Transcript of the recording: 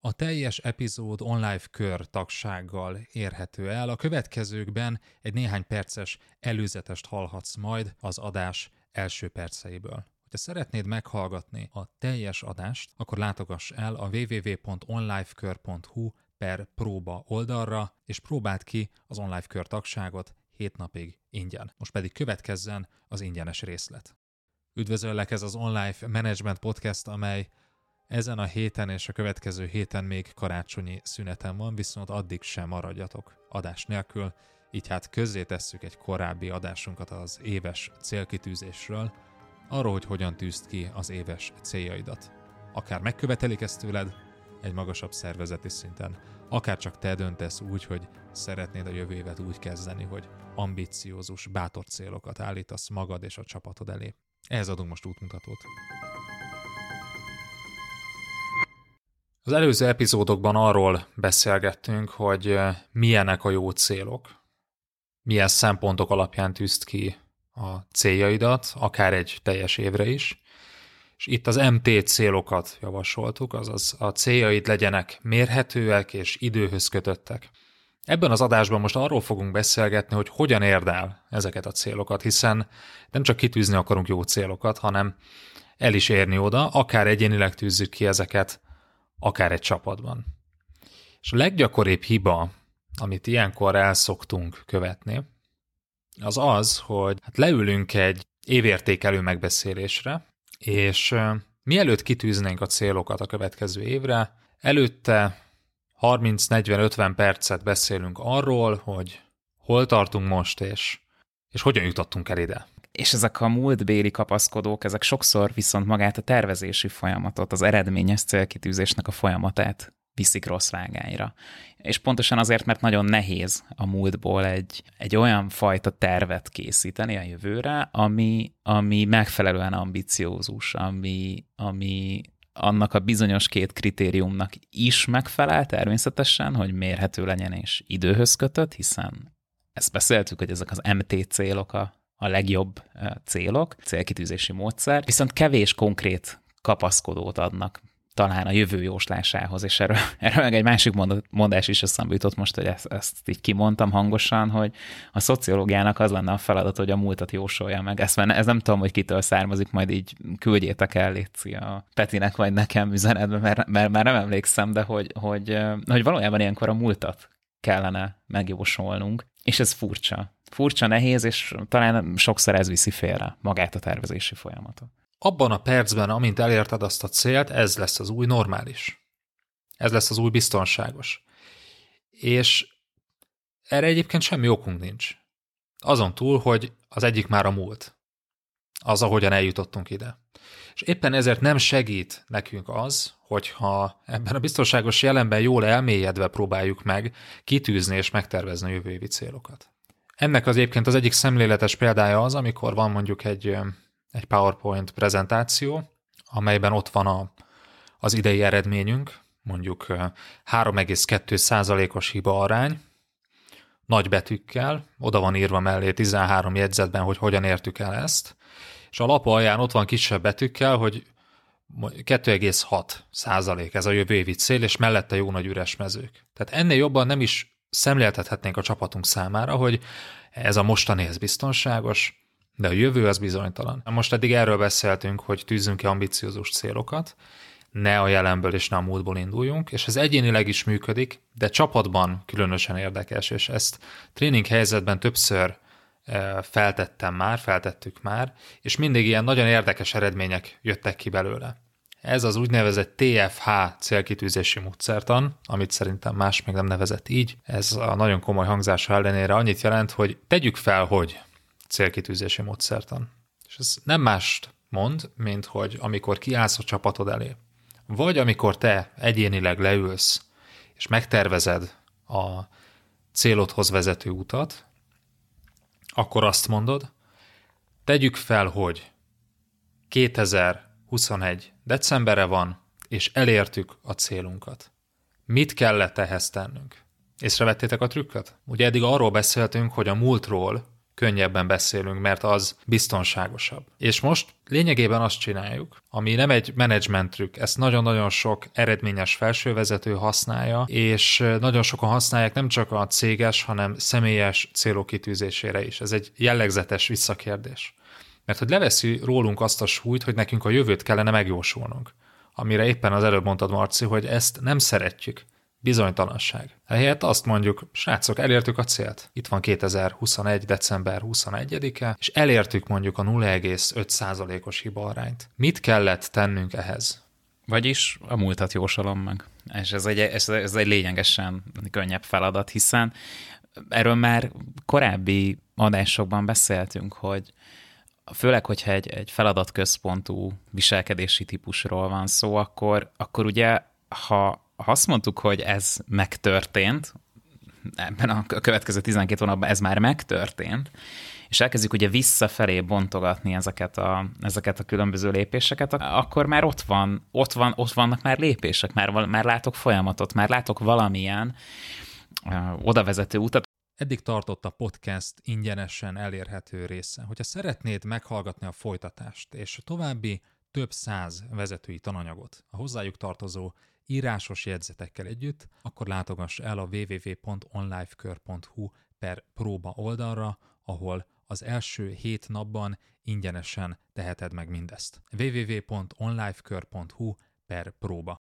A teljes epizód online kör tagsággal érhető el. A következőkben egy néhány perces előzetest hallhatsz majd az adás első perceiből. Ha szeretnéd meghallgatni a teljes adást, akkor látogass el a www.onlifekör.hu/próba oldalra, és próbáld ki az online kör tagságot 7 napig ingyen. Most pedig következzen az ingyenes részlet. Üdvözöllek, ez az Online Management Podcast, amely ezen a héten és a következő héten még karácsonyi szünetem van, viszont addig sem maradjatok adás nélkül, így hát közzétesszük egy korábbi adásunkat az éves célkitűzésről, arról, hogy hogyan tűzd ki az éves céljaidat. Akár megkövetelik ezt tőled egy magasabb szervezeti szinten, akár csak te döntesz úgy, hogy szeretnéd a jövő évet úgy kezdeni, hogy ambiciózus, bátor célokat állítasz magad és a csapatod elé. Ehhez adunk most útmutatót. Az előző epizódokban arról beszélgettünk, hogy milyenek a jó célok, milyen szempontok alapján tűzd ki a céljaidat, akár egy teljes évre is. És itt az MT célokat javasoltuk, azaz a céljaid legyenek mérhetőek és időhöz kötöttek. Ebben az adásban most arról fogunk beszélgetni, hogy hogyan érd el ezeket a célokat, hiszen nem csak kitűzni akarunk jó célokat, hanem el is érni oda, akár egyénileg tűzzük ki ezeket, akár egy csapatban. És a leggyakoribb hiba, amit ilyenkor el szoktunk követni, az az, hogy leülünk egy évértékelő megbeszélésre, és mielőtt kitűznénk a célokat a következő évre, előtte 30-40-50 percet beszélünk arról, hogy hol tartunk most, és hogyan jutottunk el ide. És ezek a múltbéli kapaszkodók, ezek sokszor viszont magát a tervezési folyamatot, az eredményes célkitűzésnek a folyamatát viszik rossz vágányra. És pontosan azért, mert nagyon nehéz a múltból egy olyan fajta tervet készíteni a jövőre, ami megfelelően ambiciózus, ami annak a bizonyos két kritériumnak is megfelel természetesen, hogy mérhető legyen és időhöz kötött, hiszen ezt beszéltük, hogy ezek az MT célok a legjobb célok, célkitűzési módszer, viszont kevés konkrét kapaszkodót adnak talán a jövő jóslásához, és erről meg egy másik mondás is eszembe jutott most, hogy ezt így kimondtam hangosan, hogy a szociológiának az lenne a feladat, hogy a múltat jósolja meg. Ez nem tudom, hogy kitől származik, majd így küldjétek el, létszi a Petinek vagy nekem üzenetben, mert már nem emlékszem, de hogy valójában ilyenkor a múltat kellene megjósolnunk, és ez furcsa. Furcsa, nehéz, és talán sokszor ez viszi félre magát a tervezési folyamatot. Abban a percben, amint elérted azt a célt, ez lesz az új normális. Ez lesz az új biztonságos. És erre egyébként semmi okunk nincs. Azon túl, hogy az egyik már a múlt. Az, ahogyan eljutottunk ide. És éppen ezért nem segít nekünk az, hogyha ebben a biztonságos jelenben jól elmélyedve próbáljuk meg kitűzni és megtervezni a jövő évi célokat. Ennek az egyébként az egyik szemléletes példája az, amikor van mondjuk egy PowerPoint prezentáció, amelyben ott van az idei eredményünk, mondjuk 3,2%-os hiba arány, nagy betűkkel, oda van írva mellé 13 jegyzetben, hogy hogyan értük el ezt, és a lap alján ott van kisebb betűkkel, hogy 2,6% ez a jövő évi cél, és mellette jó nagy üres mezők. Tehát ennél jobban nem is szemléltethetnénk a csapatunk számára, hogy ez a mostani ez biztonságos, de a jövő az bizonytalan. Most eddig erről beszéltünk, hogy tűzzünk ki ambiciózus célokat, ne a jelenből és ne a múltból induljunk, és ez egyénileg is működik, de csapatban különösen érdekes, és ezt tréning helyzetben többször feltettük már, és mindig ilyen nagyon érdekes eredmények jöttek ki belőle. Ez az úgynevezett TFH célkitűzési módszertan, amit szerintem más még nem nevezett így. Ez a nagyon komoly hangzása ellenére annyit jelent, hogy tegyük fel, hogy célkitűzési módszertan. És ez nem mást mond, mint hogy amikor kiállsz a csapatod elé, vagy amikor te egyénileg leülsz, és megtervezed a célodhoz vezető utat, akkor azt mondod, tegyük fel, hogy 2021 decemberre van, és elértük a célunkat. Mit kellett ehhez tennünk? Észrevettétek a trükköt? Ugye eddig arról beszéltünk, hogy a múltról könnyebben beszélünk, mert az biztonságosabb. És most lényegében azt csináljuk, ami nem egy menedzsment trükk, ezt nagyon-nagyon sok eredményes felsővezető használja, és nagyon sokan használják nem csak a céges, hanem személyes célok kitűzésére is. Ez egy jellegzetes visszakérdés. Mert hogy leveszi rólunk azt a súlyt, hogy nekünk a jövőt kellene megjósolnunk. Amire éppen az előbb mondtad, Marci, hogy ezt nem szeretjük. Bizonytalanság. Ehelyett azt mondjuk, srácok, elértük a célt. Itt van 2021. december 21-e, és elértük mondjuk a 0,5%-os hibaarányt. Mit kellett tennünk ehhez? Vagyis a múltat jósolom meg. És ez egy lényegesen könnyebb feladat, hiszen erről már korábbi adásokban beszéltünk, hogy főleg, hogyha egy feladatközpontú viselkedési típusról van szó, akkor ugye, ha azt mondtuk, hogy ez megtörtént, ebben a következő 12 hónapban ez már megtörtént, és elkezdjük ugye visszafelé bontogatni ezeket a különböző lépéseket, akkor már ott vannak már lépések, már látok folyamatot, már látok valamilyen odavezető utat. Eddig tartott a podcast ingyenesen elérhető része. Hogyha szeretnéd meghallgatni a folytatást és a további több 100 vezetői tananyagot a hozzájuk tartozó írásos jegyzetekkel együtt, akkor látogass el a www.onlifekör.hu/próba oldalra, ahol az első 7 napban ingyenesen teheted meg mindezt. www.onlifekör.hu/próba